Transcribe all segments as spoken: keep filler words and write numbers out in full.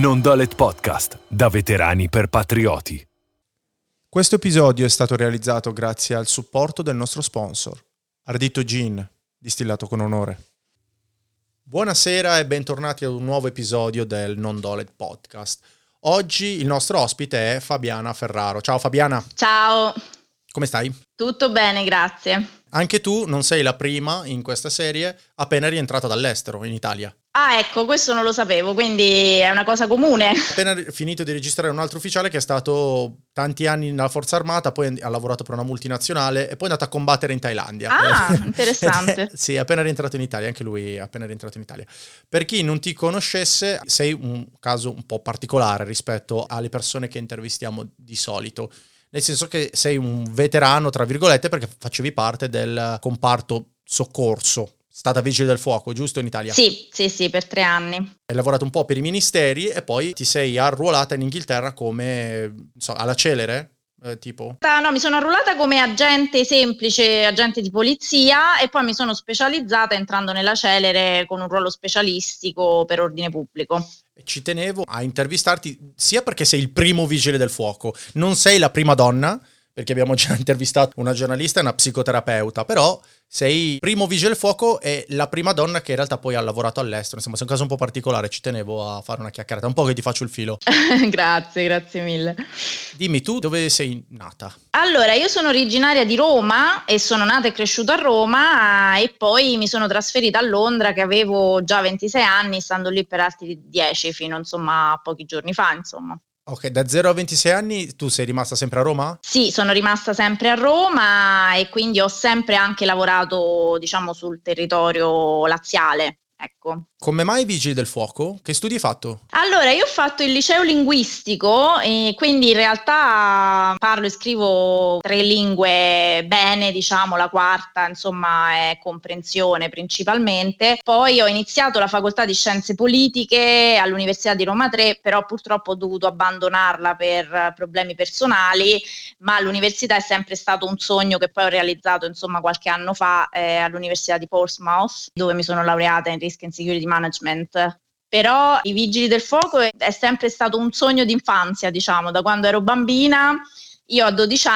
Non-Dolet Podcast, da veterani per patrioti. Questo episodio è stato realizzato grazie al supporto del nostro sponsor, Ardito Gin, distillato con onore. Buonasera e bentornati ad un nuovo episodio del Non-Dolet Podcast. Oggi il nostro ospite è Fabiana Ferraro. Ciao Fabiana. Ciao. Come stai? Tutto bene, grazie. Anche tu non sei la prima in questa serie appena rientrata dall'estero, in Italia. Ah, ecco, questo non lo sapevo, quindi è una cosa comune. Appena finito di registrare un altro ufficiale che è stato tanti anni nella Forza Armata, poi ha lavorato per una multinazionale e poi è andato a combattere in Thailandia. Ah, interessante. Sì, è appena rientrato in Italia, anche lui è appena rientrato in Italia. Per chi non ti conoscesse, sei un caso un po' particolare rispetto alle persone che intervistiamo di solito. Nel senso che sei un veterano, tra virgolette, perché facevi parte del comparto soccorso. Stata vigile del fuoco, giusto, in Italia? Sì, sì, sì, per tre anni. Hai lavorato un po' per i ministeri e poi ti sei arruolata in Inghilterra come, non so, alla Celere, eh, tipo? No, mi sono arruolata come agente semplice, agente di polizia, e poi mi sono specializzata entrando nella Celere con un ruolo specialistico per ordine pubblico. Ci tenevo a intervistarti sia perché sei il primo vigile del fuoco, non sei la prima donna, perché abbiamo già intervistato una giornalista e una psicoterapeuta, però sei il primo vigile del fuoco e la prima donna che in realtà poi ha lavorato all'estero. Insomma, sei un caso un po' particolare, ci tenevo a fare una chiacchierata, un po' che ti faccio il filo. Grazie, grazie mille. Dimmi, tu dove sei nata? Allora, io sono originaria di Roma e sono nata e cresciuta a Roma e poi mi sono trasferita a Londra che avevo già ventisei anni, stando lì per altri dieci fino insomma a pochi giorni fa, insomma. Ok, da zero a ventisei anni tu sei rimasta sempre a Roma? Sì, sono rimasta sempre a Roma e quindi ho sempre anche lavorato, diciamo, sul territorio laziale, ecco. Come mai vigili del fuoco? Che studi hai fatto? Allora, io ho fatto il liceo linguistico e quindi in realtà parlo e scrivo tre lingue bene, diciamo, la quarta, insomma, è comprensione principalmente. Poi ho iniziato la facoltà di scienze politiche all'Università di Roma tre, però purtroppo ho dovuto abbandonarla per problemi personali, ma l'università è sempre stato un sogno che poi ho realizzato, insomma, qualche anno fa eh, all'Università di Portsmouth, dove mi sono laureata in Risk and Security Management. Però i vigili del fuoco è, è sempre stato un sogno d'infanzia, diciamo, da quando ero bambina. Io a dodici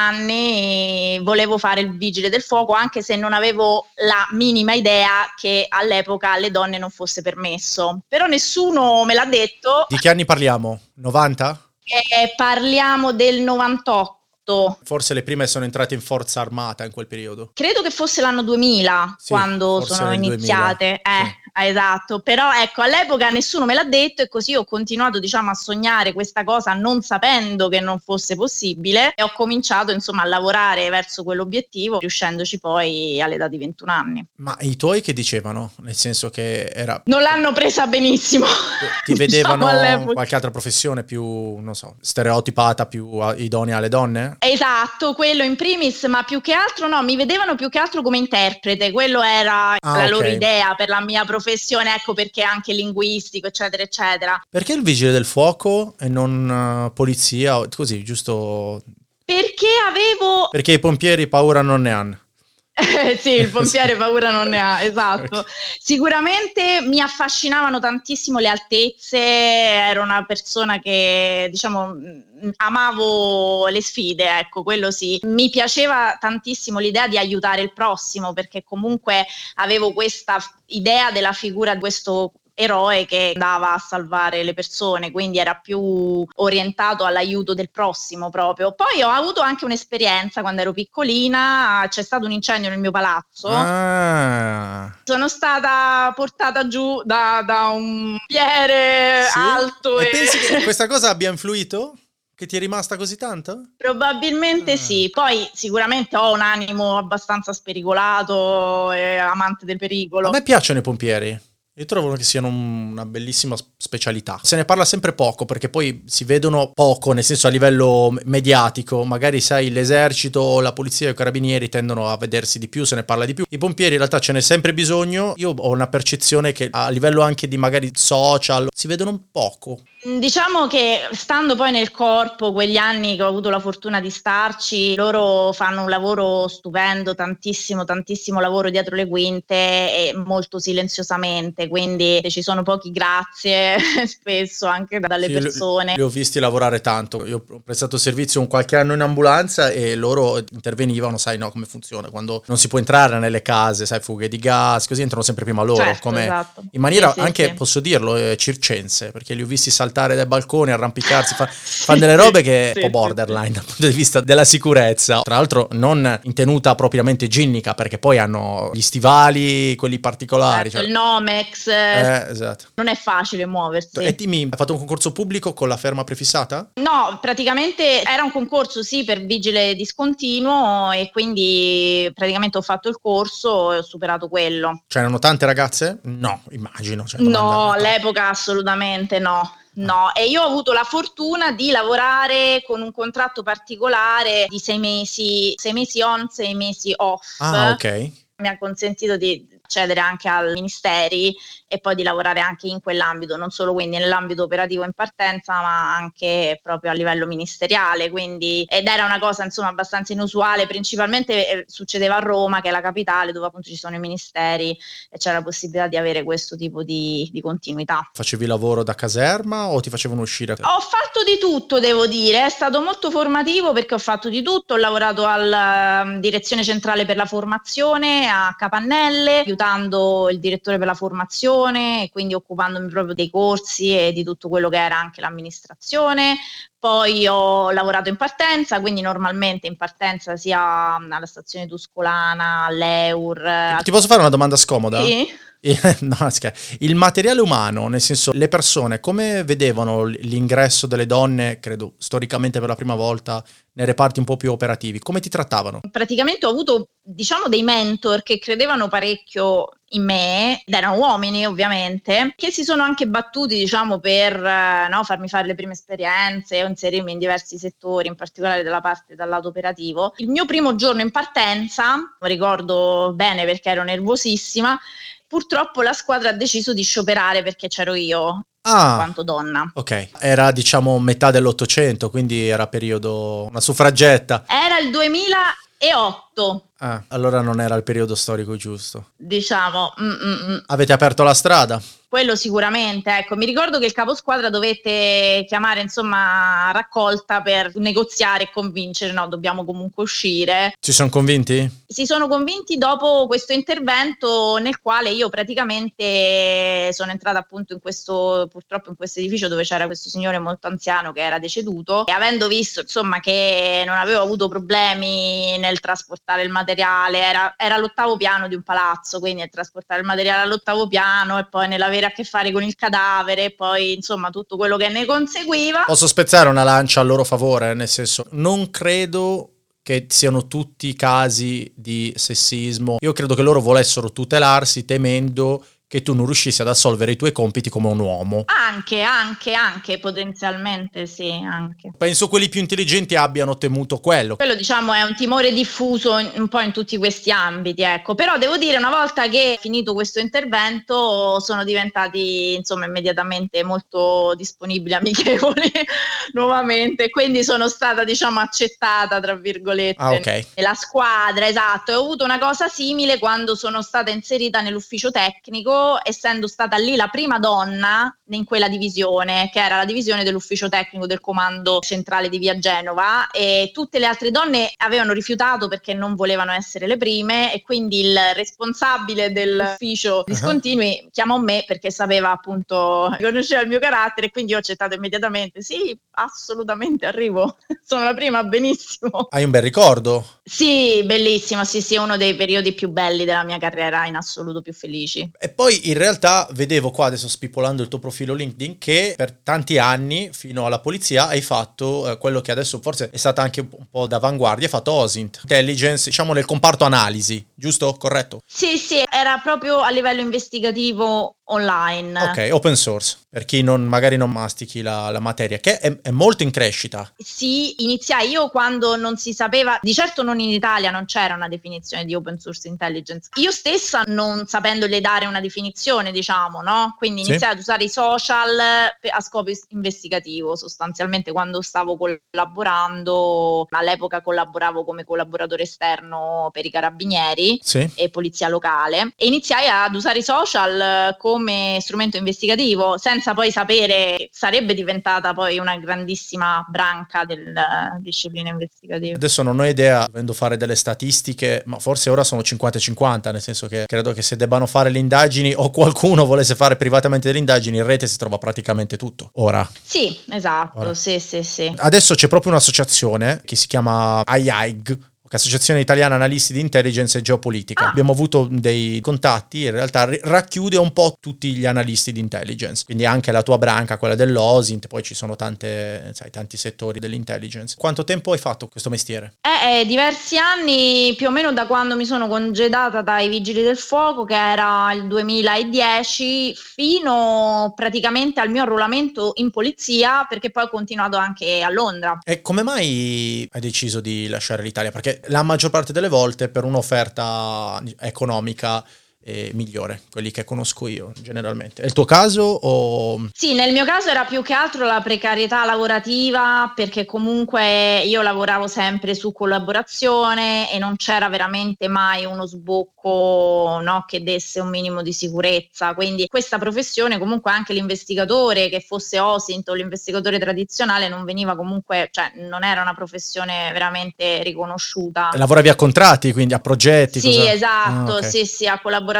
anni volevo fare il vigile del fuoco, anche se non avevo la minima idea che all'epoca alle donne non fosse permesso. Però nessuno me l'ha detto. Di che anni parliamo? novanta? Eh, parliamo del novantotto. Forse le prime sono entrate in forza armata in quel periodo. Credo che fosse l'anno duemila, sì, quando sono iniziate. Eh, sì. Esatto, però ecco, all'epoca nessuno me l'ha detto e così ho continuato, diciamo, a sognare questa cosa non sapendo che non fosse possibile e ho cominciato, insomma, a lavorare verso quell'obiettivo, riuscendoci poi all'età di ventuno anni. Ma i tuoi che dicevano? Nel senso che era... Non l'hanno presa benissimo. Ti vedevano diciamo qualche altra professione più, non so, stereotipata, più idonea alle donne? Esatto, quello in primis, ma più che altro no, mi vedevano più che altro come interprete, quello era ah, la okay. loro idea per la mia professione, ecco perché anche linguistico, eccetera, eccetera. Perché il vigile del fuoco e non uh, polizia, così, giusto? Perché avevo... Perché i pompieri paura non ne hanno. Sì, il pompiere paura non ne ha, esatto. Sicuramente mi affascinavano tantissimo le altezze, ero una persona che, diciamo, amavo le sfide, ecco, quello sì. Mi piaceva tantissimo l'idea di aiutare il prossimo, perché comunque avevo questa idea della figura di questo eroe che andava a salvare le persone, quindi era più orientato all'aiuto del prossimo proprio. Poi ho avuto anche un'esperienza quando ero piccolina, c'è stato un incendio nel mio palazzo, ah. sono stata portata giù da, da un pompiere sì? alto. E, e pensi che questa cosa abbia influito? Che ti è rimasta così tanto? Probabilmente ah. sì, poi sicuramente ho un animo abbastanza spericolato e amante del pericolo. A me piacciono i pompieri. Io trovo che siano una bellissima specialità. Se ne parla sempre poco perché poi si vedono poco, nel senso a livello mediatico. Magari sai l'esercito, la polizia e i carabinieri tendono a vedersi di più, se ne parla di più. I pompieri in realtà ce n'è sempre bisogno. Io ho una percezione che a livello anche di magari social si vedono poco. Diciamo che stando poi nel corpo, quegli anni che ho avuto la fortuna di starci, loro fanno un lavoro stupendo, tantissimo, tantissimo lavoro dietro le quinte e molto silenziosamente, sempre, quindi ci sono pochi grazie spesso anche dalle sì, persone. Li ho visti lavorare tanto, io ho prestato servizio un qualche anno in ambulanza e loro intervenivano, sai no come funziona, quando non si può entrare nelle case, sai fughe di gas, così entrano sempre prima loro, certo, come esatto. in maniera sì, sì, anche, sì. posso dirlo, eh, circense, perché li ho visti saltare dai balconi, arrampicarsi, fa, fanno delle robe che sì, è un po' borderline sì, dal punto di vista della sicurezza, tra l'altro non in tenuta propriamente igienica, perché poi hanno gli stivali, quelli particolari. Certo, cioè, il Nomex, eh, esatto. non è facile muoversi. E dimmi, hai fatto un concorso pubblico con la ferma prefissata? No, praticamente era un concorso sì per vigile discontinuo e quindi praticamente ho fatto il corso e ho superato quello. Cioè erano tante ragazze? No, immagino. Cioè, no, all'epoca assolutamente no. No, e io ho avuto la fortuna di lavorare con un contratto particolare di sei mesi, sei mesi on, sei mesi off. Ah, ok. Mi ha consentito di accedere anche ai ministeri e poi di lavorare anche in quell'ambito, non solo quindi nell'ambito operativo in partenza, ma anche proprio a livello ministeriale, quindi ed era una cosa insomma abbastanza inusuale, principalmente eh, succedeva a Roma, che è la capitale, dove appunto ci sono i ministeri e c'era la possibilità di avere questo tipo di, di continuità. Facevi lavoro da caserma o ti facevano uscire? Ho fatto di tutto, devo dire, è stato molto formativo perché ho fatto di tutto, ho lavorato alla um, direzione centrale per la formazione a Capannelle, aiutando il direttore per la formazione e quindi occupandomi proprio dei corsi e di tutto quello che era anche l'amministrazione. Poi ho lavorato in partenza, quindi normalmente in partenza sia alla stazione Tuscolana, all'E U R. Ti posso fare una domanda scomoda? Sì. No, il materiale umano, nel senso le persone come vedevano l'ingresso delle donne, credo storicamente per la prima volta, nei reparti un po' più operativi, come ti trattavano? Praticamente ho avuto diciamo dei mentor che credevano parecchio in me, ed erano uomini ovviamente, che si sono anche battuti diciamo per no, farmi fare le prime esperienze o inserirmi in diversi settori, in particolare della parte dal lato operativo. Il mio primo giorno in partenza, lo ricordo bene perché ero nervosissima, purtroppo la squadra ha deciso di scioperare perché c'ero io. Ah, quanto donna. Ok, era diciamo metà dell'Ottocento, quindi era periodo, una suffragetta. Era il duemilaotto. Ah, allora non era il periodo storico giusto. Diciamo. Mm-mm. Avete aperto la strada? Quello sicuramente, ecco, mi ricordo che il caposquadra dovette chiamare insomma raccolta per negoziare e convincere, no, dobbiamo comunque uscire. Ci sono convinti? Si sono convinti dopo questo intervento nel quale io praticamente sono entrata appunto in questo, purtroppo in questo edificio dove c'era questo signore molto anziano che era deceduto e avendo visto insomma che non avevo avuto problemi nel trasportare il materiale, era, era l'ottavo piano di un palazzo, quindi nel trasportare il materiale all'ottavo piano e poi nell'avere a che fare con il cadavere e poi insomma tutto quello che ne conseguiva. Posso spezzare una lancia a loro favore, nel senso non credo che siano tutti casi di sessismo, io credo che loro volessero tutelarsi temendo che tu non riuscissi ad assolvere i tuoi compiti come un uomo. Anche, anche, anche, potenzialmente sì, anche. Penso quelli più intelligenti abbiano temuto quello. Quello diciamo è un timore diffuso in, un po' in tutti questi ambiti, ecco. Però devo dire una volta che è finito questo intervento sono diventati insomma immediatamente molto disponibili, amichevoli nuovamente, quindi sono stata diciamo accettata tra virgolette. Ah, ok. La squadra, esatto, e ho avuto una cosa simile quando sono stata inserita nell'ufficio tecnico, essendo stata lì la prima donna in quella divisione, che era la divisione dell'ufficio tecnico del comando centrale di via Genova, e tutte le altre donne avevano rifiutato perché non volevano essere le prime e quindi il responsabile dell'ufficio discontinui uh-huh. chiamò me perché sapeva appunto, conosceva il mio carattere e quindi ho accettato immediatamente. Sì, assolutamente, arrivo, sono la prima, benissimo. Hai un bel ricordo? Sì, bellissimo, sì sì, uno dei periodi più belli della mia carriera, in assoluto più felici. E poi in realtà vedevo qua, adesso spippolando il tuo profilo LinkedIn, che per tanti anni fino alla polizia hai fatto eh, quello che adesso forse è stata anche un po' d'avanguardia, hai fatto O S I N T, Intelligence, diciamo nel comparto analisi, giusto? Corretto? Sì, sì, era proprio a livello investigativo online. Ok, open source, per chi non, magari non mastichi la, la materia, che è, è molto in crescita. Sì, iniziai io quando non si sapeva, di certo non in Italia non c'era una definizione di open source intelligence. Io stessa non sapendole dare una definizione, diciamo, no? Quindi iniziai sì. ad usare i social a scopo investigativo. Sostanzialmente quando stavo collaborando, all'epoca collaboravo come collaboratore esterno per i carabinieri sì. e polizia locale, e iniziai ad usare i social come strumento investigativo senza poi sapere sarebbe diventata poi una grandissima branca della disciplina investigativa. Adesso non ho idea, dovendo fare delle statistiche, ma forse ora sono cinquanta cinquanta, nel senso che credo che se debbano fare le indagini o qualcuno volesse fare privatamente delle indagini, in rete si trova praticamente tutto ora. Sì, esatto, ora. sì, sì, sì. Adesso c'è proprio un'associazione che si chiama A I A I G, Associazione Italiana Analisti di Intelligence e Geopolitica. Ah. Abbiamo avuto dei contatti, in realtà racchiude un po' tutti gli analisti di intelligence, quindi anche la tua branca, quella dell'OSINT, poi ci sono tante, sai, tanti settori dell'intelligence. Quanto tempo hai fatto questo mestiere? Eh, eh, diversi anni, più o meno da quando mi sono congedata dai Vigili del Fuoco, che era il duemiladieci, fino praticamente al mio arruolamento in polizia, perché poi ho continuato anche a Londra. E come mai hai deciso di lasciare l'Italia? Perché la maggior parte delle volte per un'offerta economica eh, migliore, quelli che conosco io generalmente. È il tuo caso o... Sì, nel mio caso era più che altro la precarietà lavorativa, perché comunque io lavoravo sempre su collaborazione e non c'era veramente mai uno sbocco, no, che desse un minimo di sicurezza. Quindi questa professione, comunque anche l'investigatore, che fosse OSINT o l'investigatore tradizionale, non veniva comunque, cioè non era una professione veramente riconosciuta. Lavoravi a contratti, quindi a progetti? Sì, cosa... esatto, ah, okay. sì, sì, a collaborazione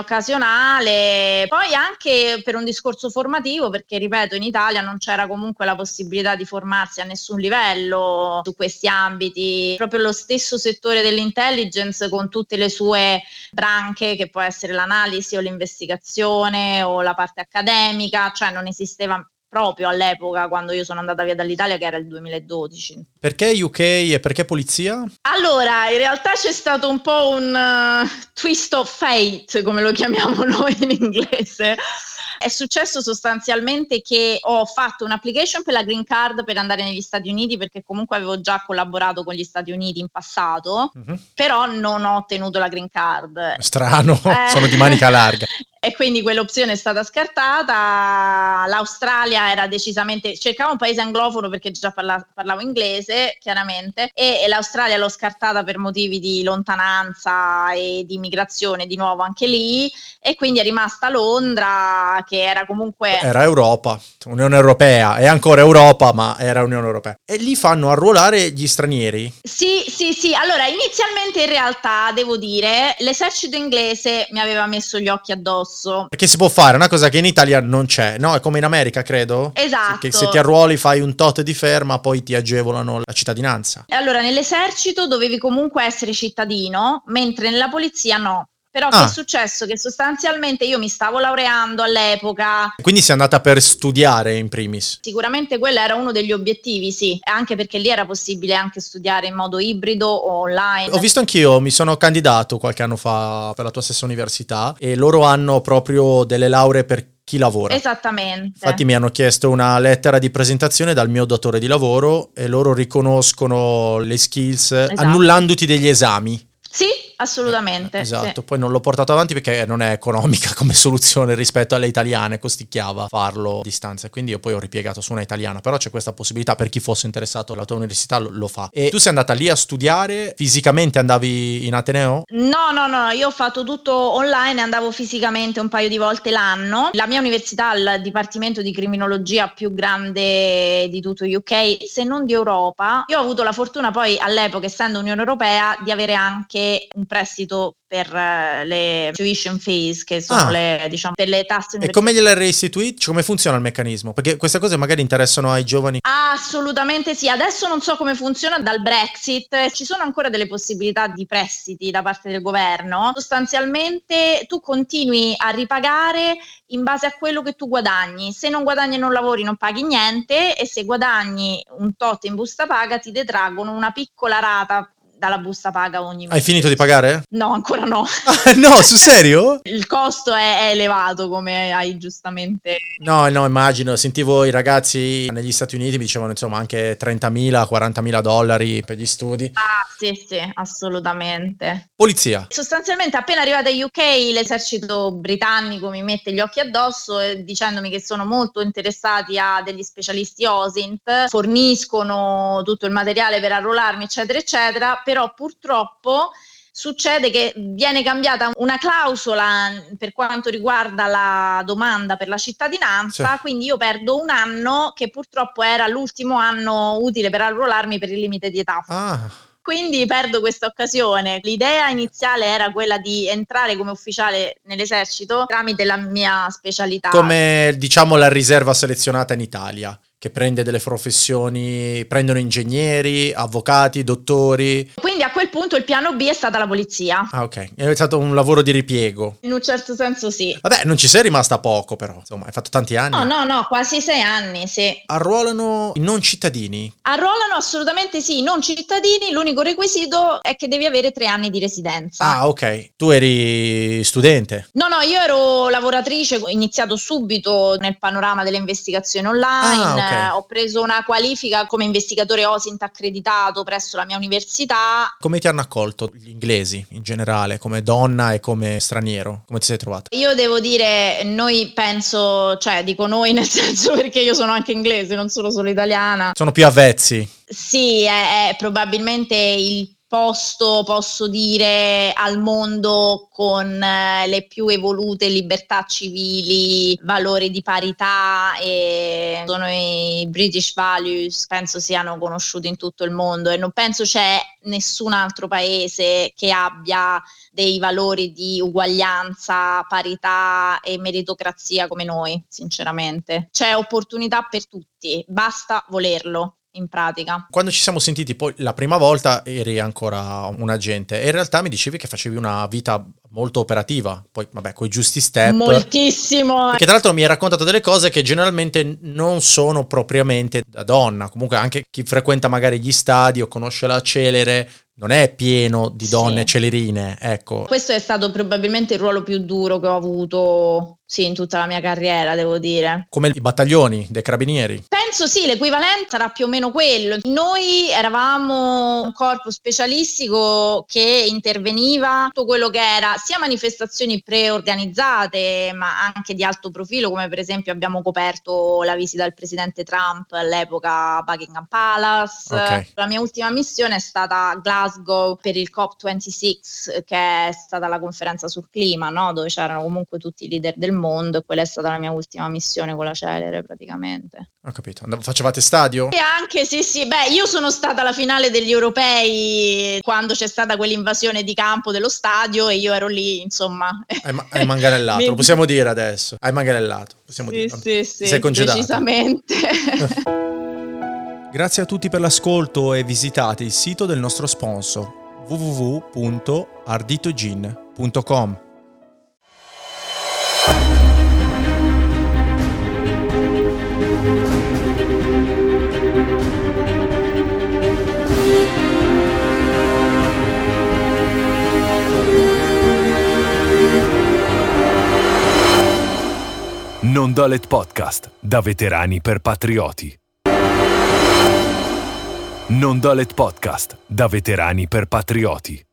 occasionale, poi anche per un discorso formativo, perché ripeto, in Italia non c'era comunque la possibilità di formarsi a nessun livello su questi ambiti. Proprio lo stesso settore dell'intelligence, con tutte le sue branche, che può essere l'analisi o l'investigazione o la parte accademica, cioè non esisteva proprio all'epoca quando io sono andata via dall'Italia, che era il duemiladodici. Perché U K e perché polizia? Allora, in realtà c'è stato un po' un uh, twist of fate, come lo chiamiamo noi in inglese. È successo sostanzialmente che ho fatto un'application per la green card per andare negli Stati Uniti, perché comunque avevo già collaborato con gli Stati Uniti in passato, uh-huh. però non ho ottenuto la green card. Strano, eh. sono di manica larga. E quindi quell'opzione è stata scartata. L'Australia era decisamente, cercavo un paese anglofono perché già parla, parlavo inglese chiaramente, e, e l'Australia l'ho scartata per motivi di lontananza e di immigrazione di nuovo anche lì, e quindi è rimasta Londra, che era comunque era Europa, Unione Europea, è ancora Europa ma era Unione Europea, e lì fanno arruolare gli stranieri? Sì, sì, sì, allora inizialmente in realtà devo dire l'esercito inglese mi aveva messo gli occhi addosso. Perché si può fare una cosa che in Italia non c'è, no? È come in America, credo. Esatto. Che se ti arruoli fai un tot di ferma, poi ti agevolano la cittadinanza. Allora, nell'esercito dovevi comunque essere cittadino, mentre nella polizia no. Però ah. che è successo? Che sostanzialmente io mi stavo laureando all'epoca. Quindi sei andata per studiare in primis? Sicuramente quello era uno degli obiettivi, sì, anche perché lì era possibile anche studiare in modo ibrido o online. Ho visto anch'io, mi sono candidato qualche anno fa per la tua stessa università, e loro hanno proprio delle lauree per chi lavora. Esattamente. Infatti mi hanno chiesto una lettera di presentazione dal mio datore di lavoro e loro riconoscono le skills, esatto, annullandoti degli esami. Sì, assolutamente. Eh, esatto, sì. Poi non l'ho portato avanti perché non è economica come soluzione rispetto alle italiane, costicchiava farlo a distanza, quindi io poi ho ripiegato su una italiana, però c'è questa possibilità per chi fosse interessato alla tua università, lo, lo fa. E tu sei andata lì a studiare, fisicamente andavi in Ateneo? No, no, no, io ho fatto tutto online, andavo fisicamente un paio di volte l'anno. La mia università ha il dipartimento di criminologia più grande di tutto U K, se non di Europa. Io ho avuto la fortuna poi all'epoca, essendo Unione Europea, di avere anche un prestito per uh, le tuition fees, che sono ah. le, diciamo, per le tasse universitarie. E come gliele restituiti? Come funziona il meccanismo? Perché queste cose magari interessano ai giovani. Assolutamente sì, adesso non so come funziona dal Brexit, ci sono ancora delle possibilità di prestiti da parte del governo. Sostanzialmente tu continui a ripagare in base a quello che tu guadagni. Se non guadagni e non lavori non paghi niente, e se guadagni un tot in busta paga ti detraggono una piccola rata dalla busta paga ogni mese. Hai finito di pagare? No, ancora no. Ah, no, sul serio? Il costo è, è elevato, come hai giustamente... No, no, immagino, sentivo i ragazzi negli Stati Uniti, mi dicevano insomma anche trentamila, quarantamila dollari per gli studi. Ah, sì, sì, assolutamente. Polizia. Sostanzialmente appena arrivata in U K l'esercito britannico mi mette gli occhi addosso eh, dicendomi che sono molto interessati a degli specialisti O S I N T, forniscono tutto il materiale per arruolarmi eccetera eccetera, però purtroppo succede che viene cambiata una clausola per quanto riguarda la domanda per la cittadinanza, sì. Quindi io perdo un anno che purtroppo era l'ultimo anno utile per arruolarmi per il limite di età. Ah. Quindi perdo questa occasione. L'idea iniziale era quella di entrare come ufficiale nell'esercito tramite la mia specialità. Come diciamo la riserva selezionata in Italia, che prende delle professioni, prendono ingegneri, avvocati, dottori. Quindi a quel punto il piano B è stata la polizia. Ah, ok. È stato un lavoro di ripiego. In un certo senso sì. Vabbè, non ci sei rimasta poco però, insomma, hai fatto tanti anni. No, no, no, quasi sei anni, sì. Arruolano i non cittadini? Arruolano assolutamente sì, i non cittadini, l'unico requisito è che devi avere tre anni di residenza. Ah, ok. Tu eri studente? No, no, io ero lavoratrice, ho iniziato subito nel panorama delle investigazioni online. Ah, okay. Ho preso una qualifica come investigatore O S I N T accreditato presso la mia università. Come ti hanno accolto gli inglesi in generale, come donna e come straniero? Come ti sei trovata? Io devo dire, noi penso, cioè dico noi nel senso perché io sono anche inglese, non sono solo italiana. Sono più avvezzi? Sì, è, è probabilmente il posto, posso dire, al mondo con eh, le più evolute libertà civili, valori di parità, e sono i British values, penso siano conosciuti in tutto il mondo e non penso c'è nessun altro paese che abbia dei valori di uguaglianza, parità e meritocrazia come noi, sinceramente. C'è opportunità per tutti, basta volerlo. In pratica. Quando ci siamo sentiti poi la prima volta eri ancora un agente e in realtà mi dicevi che facevi una vita molto operativa, poi vabbè coi giusti step. Moltissimo. Perché tra l'altro mi hai raccontato delle cose che generalmente non sono propriamente da donna, comunque anche chi frequenta magari gli stadi o conosce la Celere non è pieno di donne sì. celerine, ecco. Questo è stato probabilmente il ruolo più duro che ho avuto, sì, in tutta la mia carriera, devo dire. Come i battaglioni dei carabinieri? Penso sì, l'equivalente sarà più o meno quello. Noi eravamo un corpo specialistico che interveniva tutto quello che era sia manifestazioni preorganizzate, ma anche di alto profilo, come per esempio abbiamo coperto la visita del presidente Trump all'epoca a Buckingham Palace. Okay. La mia ultima missione è stata a Glasgow per il COP ventisei, che è stata la conferenza sul clima, no? Dove c'erano comunque tutti i leader del mondo, e quella è stata la mia ultima missione con la Celere praticamente. Ho capito. Facevate stadio? E anche sì sì, beh io sono stata alla finale degli europei quando c'è stata quell'invasione di campo dello stadio e io ero lì, insomma. Hai, ma- hai manganellato, lo possiamo dire adesso, hai manganellato, possiamo sì, dire. Sì sì, Ti sei congedata. Decisamente. Grazie a tutti per l'ascolto e visitate il sito del nostro sponsor w w w punto arditogin punto com. Non Dolet Podcast, da veterani per patrioti. Non Dolet Podcast, da veterani per patrioti.